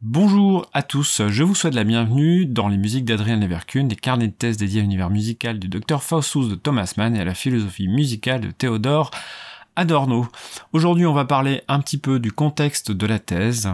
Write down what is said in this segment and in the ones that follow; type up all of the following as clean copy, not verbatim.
Bonjour à tous, je vous souhaite la bienvenue dans les musiques d'Adrian Leverkuhn, des carnets de thèse dédiés à l'univers musical du Dr Faustus de Thomas Mann et à la philosophie musicale de Théodore Adorno. Aujourd'hui, on va parler un petit peu du contexte de la thèse,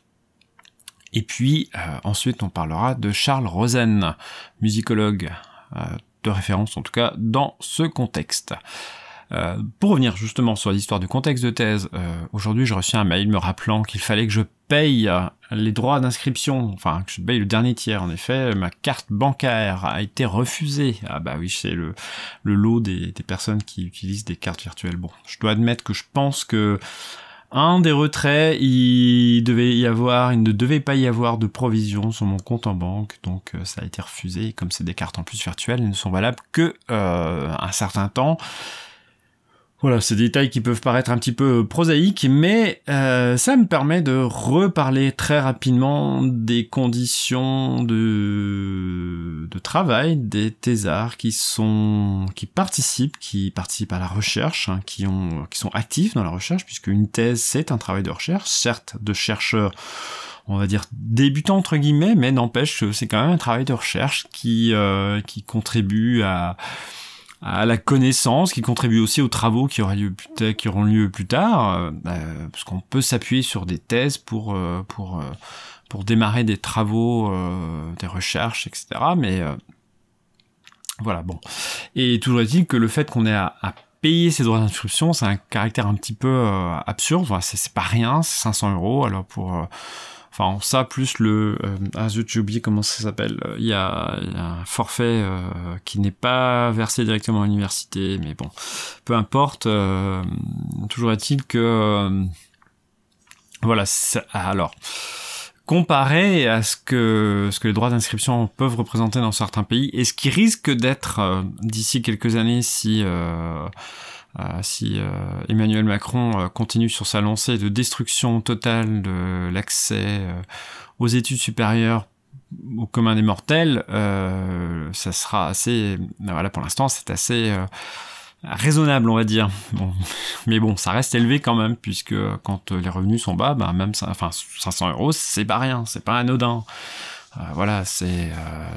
et puis ensuite on parlera de Charles Rosen, musicologue de référence en tout cas dans ce contexte. Pour revenir justement sur l'histoire du contexte de thèse, aujourd'hui j'ai reçu un mail me rappelant qu'il fallait que je paye les droits d'inscription, enfin que je paye le dernier tiers. En effet, ma carte bancaire a été refusée. Ah bah oui, c'est le lot des personnes qui utilisent des cartes virtuelles. Bon, je dois admettre que je pense que un des retraits, il ne devait pas y avoir de provision sur mon compte en banque, donc ça a été refusé. Et comme c'est des cartes en plus virtuelles, elles ne sont valables que un certain temps. Voilà, c'est des détails qui peuvent paraître un petit peu prosaïques, mais ça me permet de reparler très rapidement des conditions de travail des thésards qui participent à la recherche, hein, qui sont actifs dans la recherche, puisque une thèse c'est un travail de recherche, certes de chercheurs, on va dire débutant entre guillemets, mais n'empêche que c'est quand même un travail de recherche qui contribue à la connaissance, qui contribue aussi aux travaux qui auront lieu plus tard, parce qu'on peut s'appuyer sur des thèses pour démarrer des travaux, des recherches, etc. Mais voilà, bon. Et toujours est-il que le fait qu'on ait à payer ses droits d'inscription, c'est un caractère un petit peu absurde. Enfin, c'est pas rien, c'est 500 €. Alors Enfin, ça, plus zut, j'ai oublié comment ça s'appelle. Il y a un forfait qui n'est pas versé directement à l'université, mais bon, peu importe. Toujours est-il que... voilà, alors... comparé à ce que les droits d'inscription peuvent représenter dans certains pays, et ce qui risque d'être, d'ici quelques années, si Emmanuel Macron continue sur sa lancée de destruction totale de l'accès aux études supérieures au commun des mortels, ça sera assez... voilà, pour l'instant, c'est assez raisonnable, on va dire. Bon, mais bon, ça reste élevé quand même, puisque quand les revenus sont bas, même 500 €, c'est pas rien, c'est pas anodin. Voilà, c'est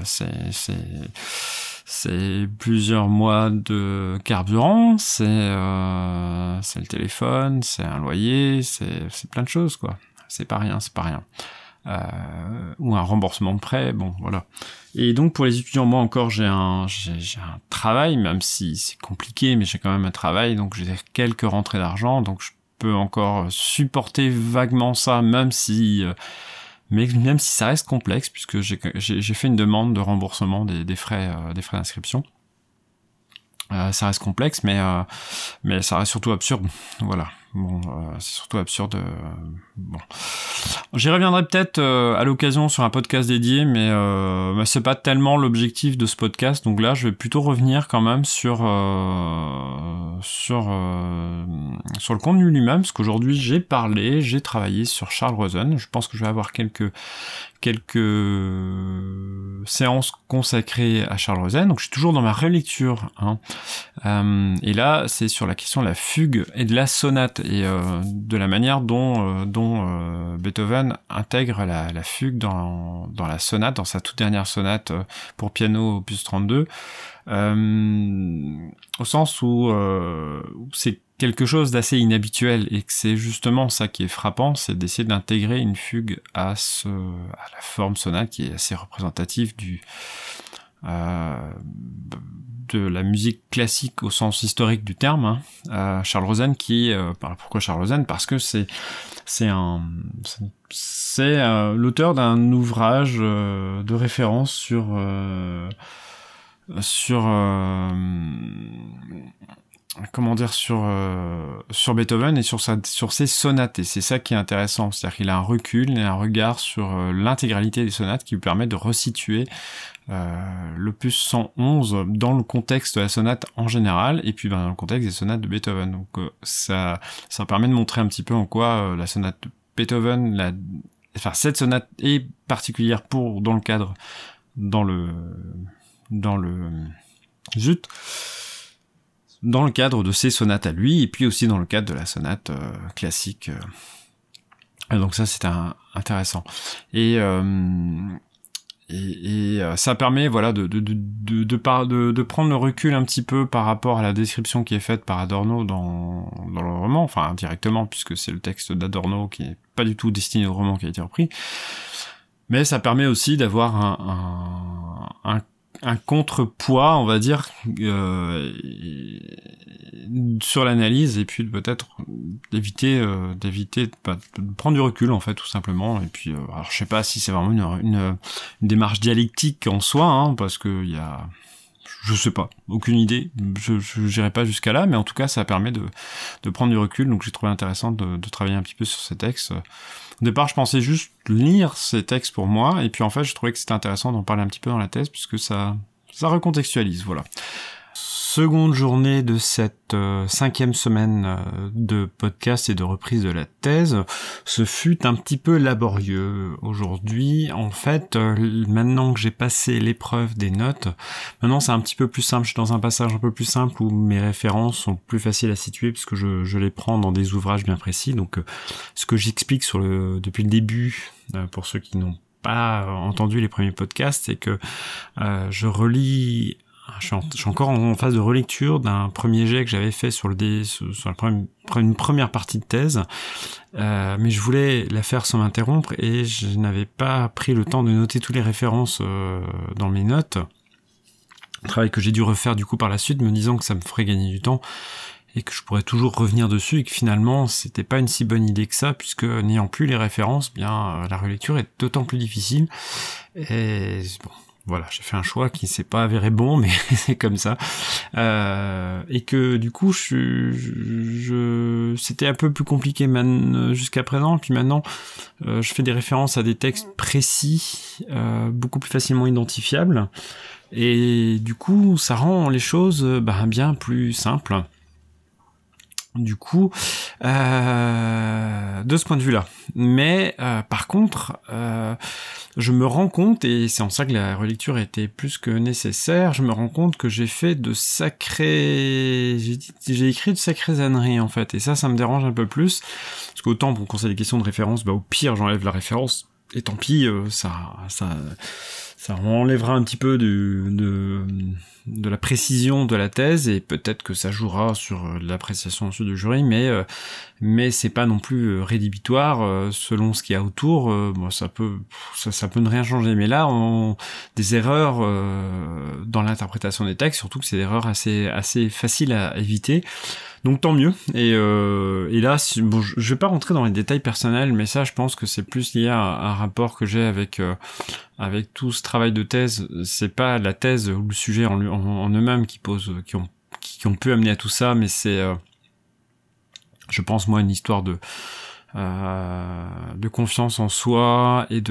plusieurs mois de carburant, c'est le téléphone, c'est un loyer, c'est plein de choses, quoi. C'est pas rien. Ou un remboursement de prêt, bon, voilà. Et donc, pour les étudiants, moi encore, j'ai un travail, même si c'est compliqué, mais j'ai quand même un travail, donc j'ai quelques rentrées d'argent, donc je peux encore supporter vaguement ça, même si ça reste complexe, puisque j'ai fait une demande de remboursement des frais d'inscription. Ça reste complexe, mais ça reste surtout absurde. Voilà. Bon, c'est surtout absurde. Bon, j'y reviendrai peut-être à l'occasion sur un podcast dédié, mais c'est pas tellement l'objectif de ce podcast. Donc là, je vais plutôt revenir quand même sur le contenu lui-même, parce qu'aujourd'hui j'ai travaillé sur Charles Rosen. Je pense que je vais avoir quelques séances consacrées à Charles Rosen, donc je suis toujours dans ma relecture, hein. Et là c'est sur la question de la fugue et de la sonate, et de la manière dont Beethoven intègre la fugue dans la sonate, dans sa toute dernière sonate pour piano opus 32, au sens où c'est quelque chose d'assez inhabituel, et que c'est justement ça qui est frappant, c'est d'essayer d'intégrer une fugue à la forme sonate qui est assez représentative de la musique classique au sens historique du terme, hein. Charles Rosen pourquoi Charles Rosen? Parce que c'est l'auteur d'un ouvrage de référence sur Beethoven et sur ses sonates, et c'est ça qui est intéressant, c'est-à-dire qu'il a un recul et un regard sur l'intégralité des sonates qui lui permet de resituer l'opus 111 dans le contexte de la sonate en général, et puis dans le contexte des sonates de Beethoven. Donc ça permet de montrer un petit peu en quoi la sonate de Beethoven, cette sonate est particulière dans le cadre de ses sonates à lui, et puis aussi dans le cadre de la sonate classique Et donc ça, c'était intéressant. Et ça permet, voilà, de prendre le recul un petit peu par rapport à la description qui est faite par Adorno dans le roman, enfin indirectement, puisque c'est le texte d'Adorno qui est pas du tout destiné au roman qui a été repris. Mais ça permet aussi d'avoir un contrepoids, on va dire, sur l'analyse, et puis peut-être d'éviter de prendre du recul, en fait, tout simplement. Et puis, alors je sais pas si c'est vraiment une démarche dialectique en soi, hein, parce que il y a, je sais pas, aucune idée, je n'irai pas jusqu'à là, mais en tout cas ça permet de prendre du recul, donc j'ai trouvé intéressant de travailler un petit peu sur ces textes. Au départ, je pensais juste lire ces textes pour moi, et puis en fait, je trouvais que c'était intéressant d'en parler un petit peu dans la thèse, puisque ça recontextualise, voilà. Seconde journée de cette 5e semaine de podcast et de reprise de la thèse. Ce fut un petit peu laborieux aujourd'hui. En fait, maintenant que j'ai passé l'épreuve des notes, maintenant c'est un petit peu plus simple. Je suis dans un passage un peu plus simple où mes références sont plus faciles à situer puisque je les prends dans des ouvrages bien précis. Donc, ce que j'explique depuis le début, pour ceux qui n'ont pas entendu les premiers podcasts, c'est que je relis. Je suis encore en phase de relecture d'un premier jet que j'avais fait sur une première partie de thèse, mais je voulais la faire sans m'interrompre et je n'avais pas pris le temps de noter toutes les références dans mes notes. Un travail que j'ai dû refaire du coup par la suite, me disant que ça me ferait gagner du temps et que je pourrais toujours revenir dessus et que finalement c'était pas une si bonne idée que ça, puisque n'ayant plus les références, bien la relecture est d'autant plus difficile. Et bon, voilà, j'ai fait un choix qui s'est pas avéré bon, mais c'est comme ça. Et que du coup, c'était un peu plus compliqué jusqu'à présent. Puis maintenant, je fais des références à des textes précis, beaucoup plus facilement identifiables. Et du coup, ça rend les choses bien plus simples. Du coup, de ce point de vue-là. Mais par contre, je me rends compte, et c'est en ça que la relecture était plus que nécessaire, je me rends compte que j'ai fait j'ai écrit de sacrées âneries en fait, et ça me dérange un peu plus, parce qu'autant quand c'est des questions de référence, au pire j'enlève la référence, et tant pis, ça enlèvera un petit peu de la précision de la thèse, et peut-être que ça jouera sur l'appréciation ensuite du jury, mais c'est pas non plus rédhibitoire selon ce qu'il y a autour. Ça peut ne rien changer, mais là des erreurs dans l'interprétation des textes, surtout que c'est des erreurs assez faciles à éviter. Donc tant mieux. Et là, je vais pas rentrer dans les détails personnels, mais ça, je pense que c'est plus lié à un rapport que j'ai avec tout ce travail de thèse. C'est pas la thèse ou le sujet en eux-mêmes qui ont pu amener à tout ça, mais c'est, je pense moi, une histoire de confiance en soi et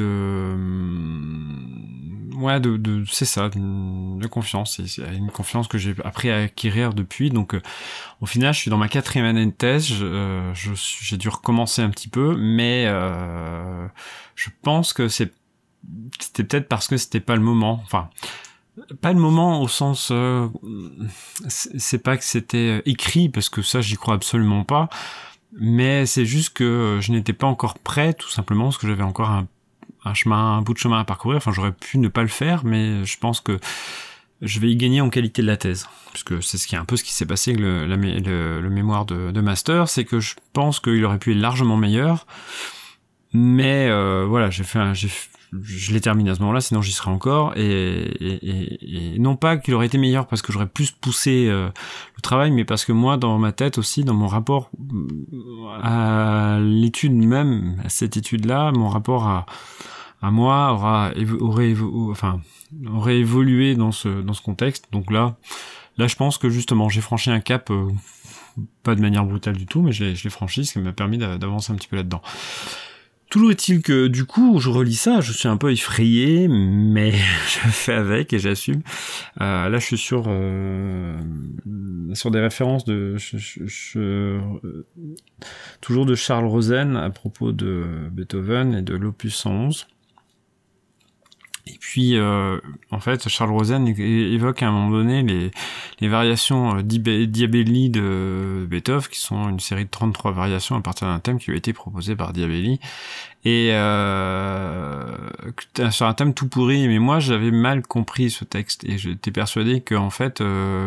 c'est ça, de confiance, et une confiance que j'ai appris à acquérir depuis. Donc au final, je suis dans ma 4e année de thèse, j'ai dû recommencer un petit peu, mais je pense que c'était peut-être parce que c'était pas le moment, enfin pas le moment au sens c'est pas que c'était écrit, parce que ça j'y crois absolument pas, mais c'est juste que je n'étais pas encore prêt, tout simplement parce que j'avais encore un bout de chemin à parcourir. Enfin, j'aurais pu ne pas le faire, mais je pense que je vais y gagner en qualité de la thèse, puisque c'est un peu ce qui s'est passé avec le mémoire de master, c'est que je pense qu'il aurait pu être largement meilleur, mais voilà, je l'ai terminé à ce moment-là, sinon j'y serais encore, et non pas qu'il aurait été meilleur parce que j'aurais plus poussé le travail, mais parce que moi, dans ma tête aussi, dans mon rapport à l'étude même, à cette étude-là, mon rapport à moi aurait évolué dans ce contexte. Donc là, je pense que justement, j'ai franchi un cap, pas de manière brutale du tout, mais je l'ai franchi, ce qui m'a permis d'avancer un petit peu là-dedans. Toujours est-il que, du coup, je relis ça, je suis un peu effrayé, mais je fais avec et j'assume. Là, je suis sur des références toujours de Charles Rosen à propos de Beethoven et de l'opus 111. Et puis, en fait, Charles Rosen évoque à un moment donné les variations Diabelli de Beethoven, qui sont une série de 33 variations à partir d'un thème qui lui a été proposé par Diabelli. Et sur un thème tout pourri, mais moi j'avais mal compris ce texte et j'étais persuadé que en fait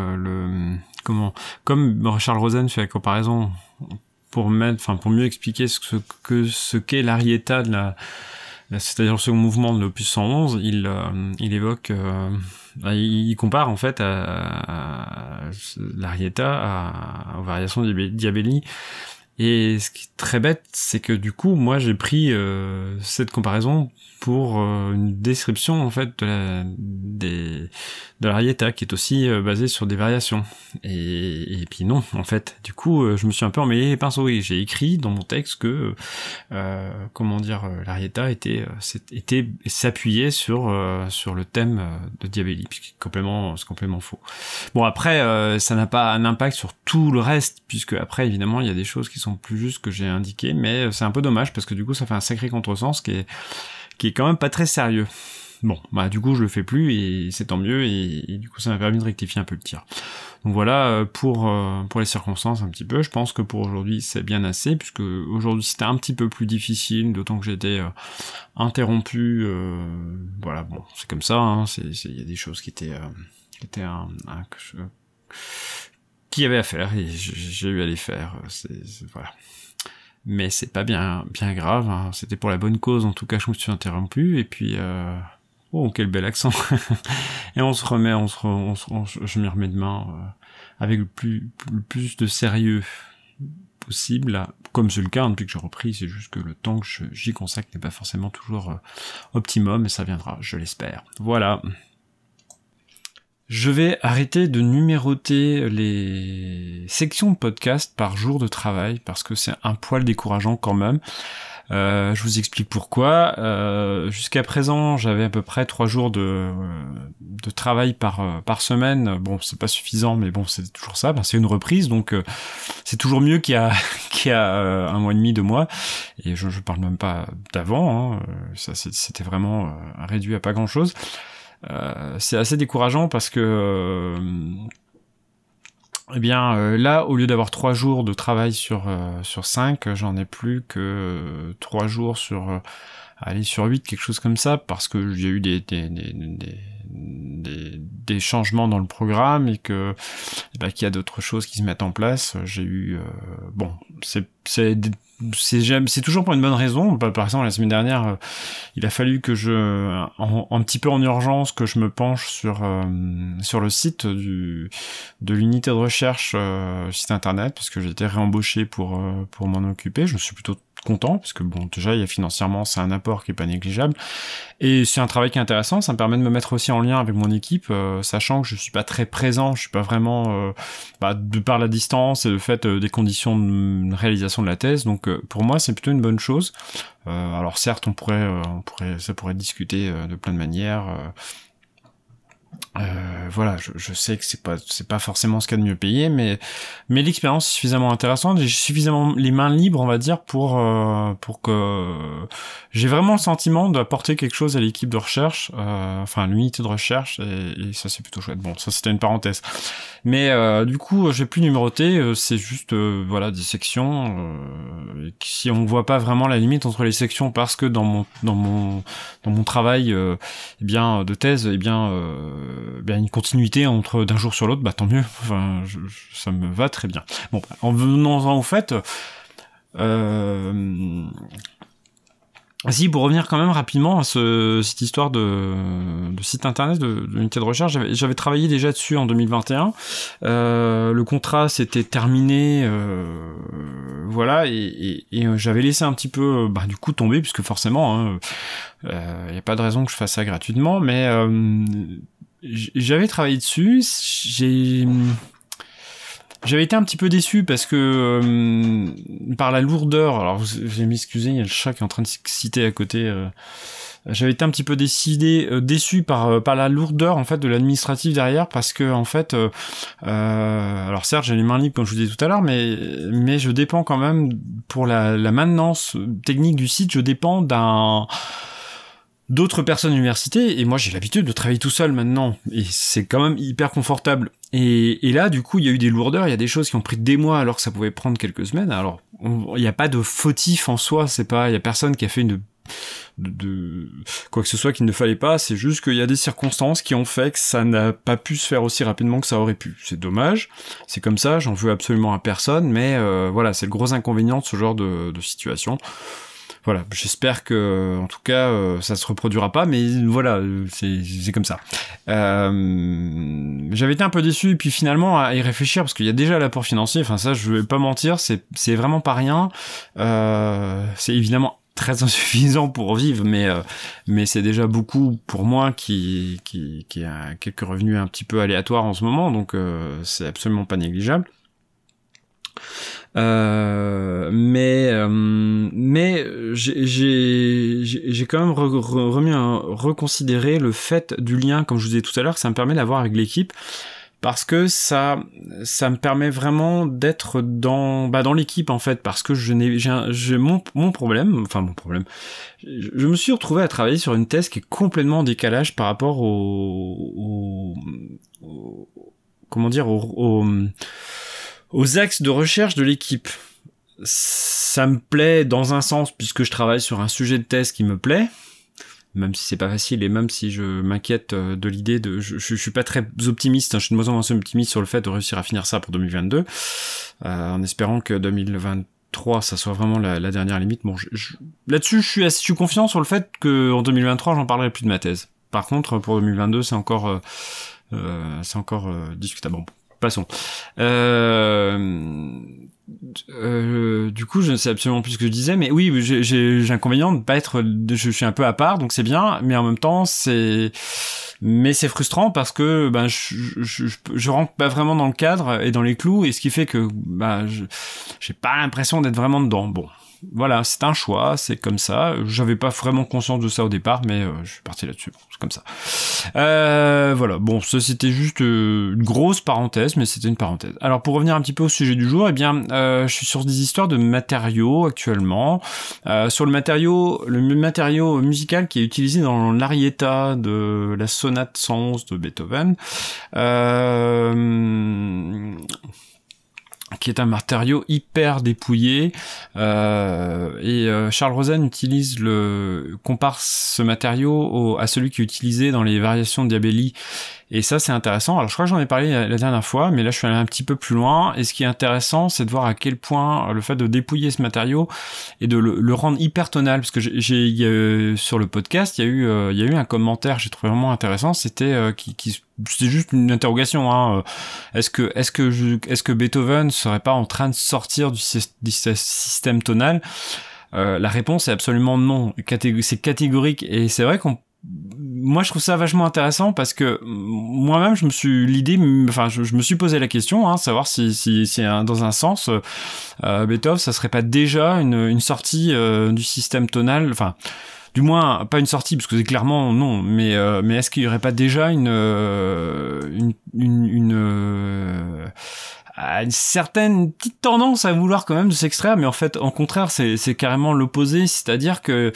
comme Charles Rosen fait la comparaison pour mieux expliquer ce qu'est l'arietta c'est-à-dire le second mouvement de l'opus 111, il évoque, il compare en fait à l'arietta aux variations de Diabelli. Et ce qui est très bête, c'est que du coup, moi, j'ai pris cette comparaison pour une description en fait de l'arietta qui est aussi basée sur des variations. Et puis non, en fait, du coup, je me suis un peu emmêlé les pinceaux et j'ai écrit dans mon texte que l'arietta s'appuyait sur le thème de Diabelli, puis c'est complètement faux. Bon, après, ça n'a pas un impact sur tout le reste, puisque après, évidemment, il y a des choses qui sont plus justes que j'ai indiquées, mais c'est un peu dommage parce que du coup, ça fait un sacré contresens qui est quand même pas très sérieux. Bon, bah du coup je le fais plus et c'est tant mieux et du coup ça m'a permis de rectifier un peu le tir. Donc voilà pour les circonstances un petit peu. Je pense que pour aujourd'hui c'est bien assez puisque aujourd'hui c'était un petit peu plus difficile, d'autant que j'étais interrompu. Voilà, bon c'est comme ça. Il y a des choses qui étaient qu'il y avait à faire et j'ai eu à les faire. Voilà. Mais c'est pas bien grave, hein. C'était pour la bonne cause, en tout cas je me suis interrompu, et puis oh quel bel accent. Et on se remet, je m'y remets demain avec le plus de sérieux possible, comme c'est le cas depuis que j'ai repris, c'est juste que le temps que j'y consacre n'est pas forcément toujours optimum, et ça viendra, je l'espère. Voilà. Je vais arrêter de numéroter les sections de podcast par jour de travail parce que c'est un poil décourageant quand même. Je vous explique pourquoi. Jusqu'à présent, j'avais à peu près 3 jours de travail par semaine. Bon, c'est pas suffisant, mais bon, c'est toujours ça. C'est une reprise, donc c'est toujours mieux qu'il y a 1 mois et demi, 2 mois. Et je parle même pas d'avant. Hein. Ça, c'était vraiment réduit à pas grand-chose. C'est assez décourageant parce que là, au lieu d'avoir 3 jours de travail sur 5, j'en ai plus que 3 jours sur 8, quelque chose comme ça, parce que il y a eu des changements dans le programme et qu'il y a d'autres choses qui se mettent en place. J'ai eu c'est toujours pour une bonne raison. Par exemple, la semaine dernière, il a fallu que un petit peu en urgence, que je me penche sur le site de l'unité de recherche, site internet, parce que j'ai été réembauché pour m'en occuper. Je me suis plutôt content, parce que bon, déjà, il y a financièrement, c'est un apport qui est pas négligeable. Et c'est un travail qui est intéressant, ça me permet de me mettre aussi en lien avec mon équipe, sachant que je suis pas très présent, je suis pas vraiment, de par la distance et le fait des conditions de réalisation de la thèse, donc pour moi c'est plutôt une bonne chose. Alors certes, ça pourrait discuter de plein de manières. Voilà, je sais que c'est pas forcément ce qu'il y a de mieux payé, mais l'expérience est suffisamment intéressante et j'ai suffisamment les mains libres, on va dire, pour que j'ai vraiment le sentiment d'apporter quelque chose à l'équipe de recherche, à l'unité de recherche, et ça c'est plutôt chouette. Bon, ça c'était une parenthèse. Mais du coup, j'ai plus numéroté, c'est juste des sections. Si on voit pas vraiment la limite entre les sections, parce que dans mon travail de thèse, une continuité d'un jour sur l'autre, tant mieux. Enfin, ça me va très bien. Bon, en venant au fait, si, pour revenir quand même rapidement à cette histoire de site internet de l'unité de recherche, j'avais travaillé déjà dessus en 2021. Le contrat s'était terminé, et j'avais laissé un petit peu du coup tomber, puisque forcément, y a pas de raison que je fasse ça gratuitement, mais j'avais travaillé dessus. J'avais été un petit peu déçu parce que par la lourdeur, alors vous allez m'excuser, il y a le chat qui est en train de citer à côté. J'avais été un petit peu déçu par la lourdeur en fait de l'administratif derrière, parce que en fait, alors certes j'ai les mains libres comme je vous disais tout à l'heure, mais je dépends quand même pour la maintenance technique du site, je dépends d'autres personnes à l'université, et moi j'ai l'habitude de travailler tout seul maintenant, et c'est quand même hyper confortable. Et là, du coup, il y a eu des lourdeurs, il y a des choses qui ont pris des mois alors que ça pouvait prendre quelques semaines. Alors, il n'y a pas de fautif en soi, il y a personne qui a fait de quoi que ce soit qu'il ne fallait pas, c'est juste qu'il y a des circonstances qui ont fait que ça n'a pas pu se faire aussi rapidement que ça aurait pu. C'est dommage, c'est comme ça, j'en veux absolument à personne, mais voilà, c'est le gros inconvénient de ce genre de situation. Voilà, j'espère que, en tout cas, ça se reproduira pas, mais voilà, c'est comme ça. J'avais été un peu déçu, et puis finalement, à y réfléchir, parce qu'il y a déjà l'apport financier, enfin ça, je vais pas mentir, c'est vraiment pas rien. C'est évidemment très insuffisant pour vivre, mais c'est déjà beaucoup pour moi qui a quelques revenus un petit peu aléatoires en ce moment, donc c'est absolument pas négligeable. Mais j'ai quand même reconsidéré le fait du lien, comme je vous disais tout à l'heure, que ça me permet d'avoir avec l'équipe, parce que ça me permet vraiment d'être dans l'équipe en fait, parce que mon problème, je me suis retrouvé à travailler sur une thèse qui est complètement en décalage par rapport aux axes de recherche de l'équipe. Ça me plaît dans un sens puisque je travaille sur un sujet de thèse qui me plaît, même si c'est pas facile et même si je m'inquiète de l'idée je suis pas très optimiste, je suis de moins en moins optimiste sur le fait de réussir à finir ça pour 2022, en espérant que 2023 ça soit vraiment la dernière limite. Bon, là-dessus je suis confiant sur le fait que en 2023 j'en parlerai plus de ma thèse. Par contre pour 2022 c'est encore discutable. Bon, passons. Du coup, je ne sais absolument plus ce que je disais, mais oui, j'ai l'inconvénient de pas être, je suis un peu à part, donc c'est bien, mais en même temps, c'est frustrant parce que, je rentre pas vraiment dans le cadre et dans les clous, et ce qui fait que, j'ai pas l'impression d'être vraiment dedans. Bon. Voilà, c'est un choix, c'est comme ça. J'avais pas vraiment conscience de ça au départ, mais je suis parti là-dessus. Bon, c'est comme ça. Voilà, bon, ça c'était juste une grosse parenthèse, mais c'était une parenthèse. Alors pour revenir un petit peu au sujet du jour, je suis sur des histoires de matériaux actuellement. Sur le matériau musical qui est utilisé dans l'arietta de la sonate 111 de Beethoven. Qui est un matériau hyper dépouillé, et Charles Rosen compare ce matériau à celui qui est utilisé dans les variations de Diabelli, et ça c'est intéressant. Alors je crois que j'en ai parlé la dernière fois, mais là je suis allé un petit peu plus loin, et ce qui est intéressant c'est de voir à quel point le fait de dépouiller ce matériau et de le rendre hyper tonal, parce que sur le podcast il y a eu un commentaire que j'ai trouvé vraiment intéressant, c'était c'était juste une interrogation, est-ce que Beethoven serait pas en train de sortir du système tonal? La réponse est absolument non. C'est catégorique, et c'est vrai moi je trouve ça vachement intéressant parce que moi-même je me suis posé la question, savoir si dans un sens Beethoven ça serait pas déjà une sortie du système tonal, enfin du moins pas une sortie parce que c'est clairement non, mais est-ce qu'il y aurait pas déjà une certaine petite tendance à vouloir quand même de s'extraire, mais en fait en contraire c'est carrément l'opposé, c'est-à-dire que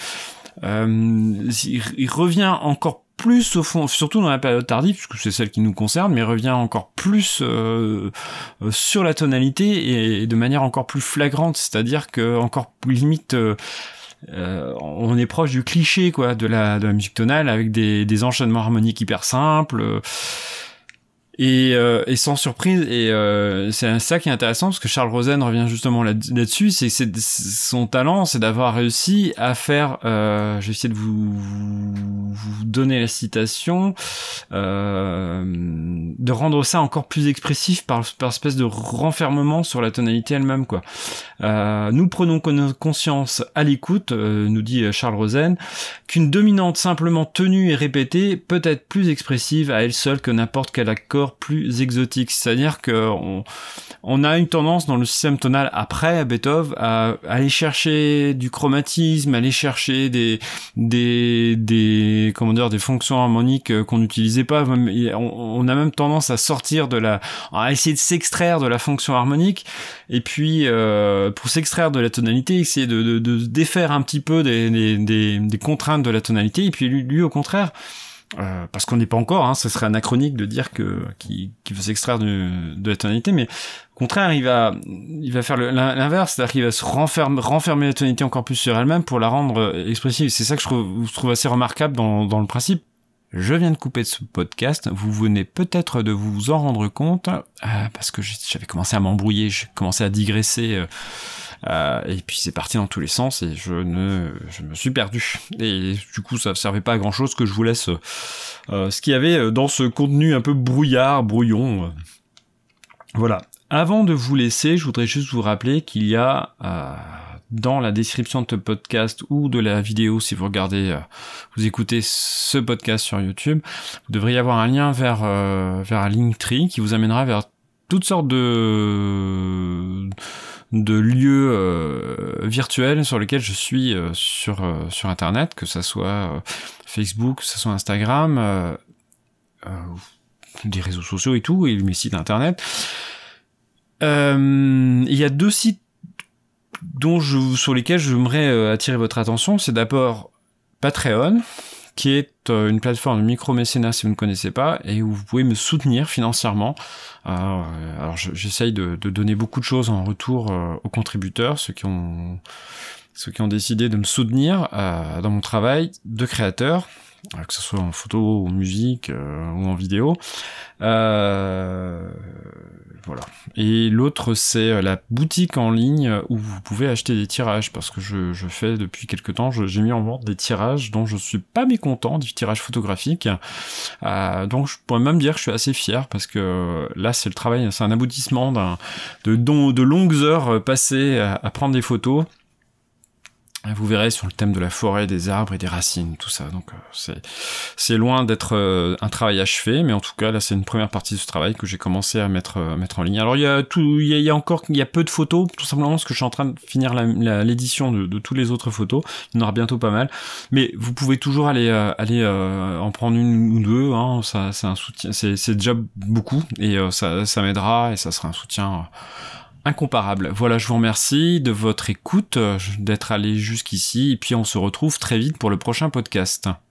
il revient encore plus au fond, surtout dans la période tardive, puisque c'est celle qui nous concerne, mais revient encore plus sur la tonalité et de manière encore plus flagrante, c'est-à-dire que encore plus limite on est proche du cliché quoi de la musique tonale, avec des enchaînements harmoniques hyper simples. Et sans surprise, et c'est ça qui est intéressant parce que Charles Rosen revient justement là-dessus, c'est son talent, c'est d'avoir réussi à faire, je vais essayer de vous donner la citation, de rendre ça encore plus expressif par espèce de renfermement sur la tonalité elle-même quoi. Nous prenons conscience à l'écoute, nous dit Charles Rosen, qu'une dominante simplement tenue et répétée peut être plus expressive à elle seule que n'importe quel accord plus exotique. C'est-à-dire que on a une tendance dans le système tonal après Beethoven à aller chercher du chromatisme, aller chercher des sortir des fonctions harmoniques qu'on n'utilisait pas. On a même tendance à sortir à essayer de s'extraire de la fonction harmonique, et puis pour s'extraire de la tonalité, essayer de défaire un petit peu des contraintes de la tonalité, et puis lui au contraire, parce qu'on n'est pas encore, ce serait anachronique de dire qu'il veut s'extraire de la tonalité, mais au contraire, il va faire l'inverse, c'est-à-dire qu'il va se renfermer la tonalité encore plus sur elle-même pour la rendre expressive. C'est ça que je trouve assez remarquable dans le principe. Je viens de couper de ce podcast, vous venez peut-être de vous en rendre compte, parce que j'avais commencé à m'embrouiller, j'ai commencé à digresser, et puis c'est parti dans tous les sens, et je me suis perdu. Et du coup, ça servait pas à grand chose que je vous laisse ce qu'il y avait dans ce contenu un peu brouillon. Voilà. Avant de vous laisser, je voudrais juste vous rappeler qu'il y a dans la description de ce podcast ou de la vidéo, si vous écoutez ce podcast sur YouTube, vous devriez avoir un lien vers un Linktree qui vous amènera vers toutes sortes de lieux virtuels sur lesquels je suis sur Internet, que ça soit Facebook, que ça soit Instagram, des réseaux sociaux et tout, et mes sites Internet. Il y a 2 sites sur lesquels j'aimerais attirer votre attention. C'est d'abord Patreon, qui est une plateforme de micro-mécénat si vous ne connaissez pas, et où vous pouvez me soutenir financièrement. Alors j'essaye de donner beaucoup de choses en retour aux contributeurs, ceux qui ont décidé de me soutenir dans mon travail de créateur, que ce soit en photo, en musique ou en vidéo. Voilà. Et l'autre, c'est la boutique en ligne où vous pouvez acheter des tirages, parce que je fais depuis quelque temps, j'ai mis en vente des tirages dont je suis pas mécontent, des tirages photographiques. Donc je pourrais même dire que je suis assez fier, parce que là c'est un aboutissement de longues heures passées à prendre des photos. Vous verrez sur le thème de la forêt, des arbres et des racines, tout ça. Donc c'est loin d'être un travail achevé, mais en tout cas là c'est une première partie de ce travail que j'ai commencé à mettre en ligne. Alors il y a peu de photos, tout simplement parce que je suis en train de finir l'édition de toutes les autres photos. Il y en aura bientôt pas mal, mais vous pouvez toujours aller en prendre une ou deux. Ça c'est un soutien, c'est déjà beaucoup, et ça m'aidera, et ça sera un soutien incomparable. Voilà, je vous remercie de votre écoute, d'être allé jusqu'ici, et puis on se retrouve très vite pour le prochain podcast.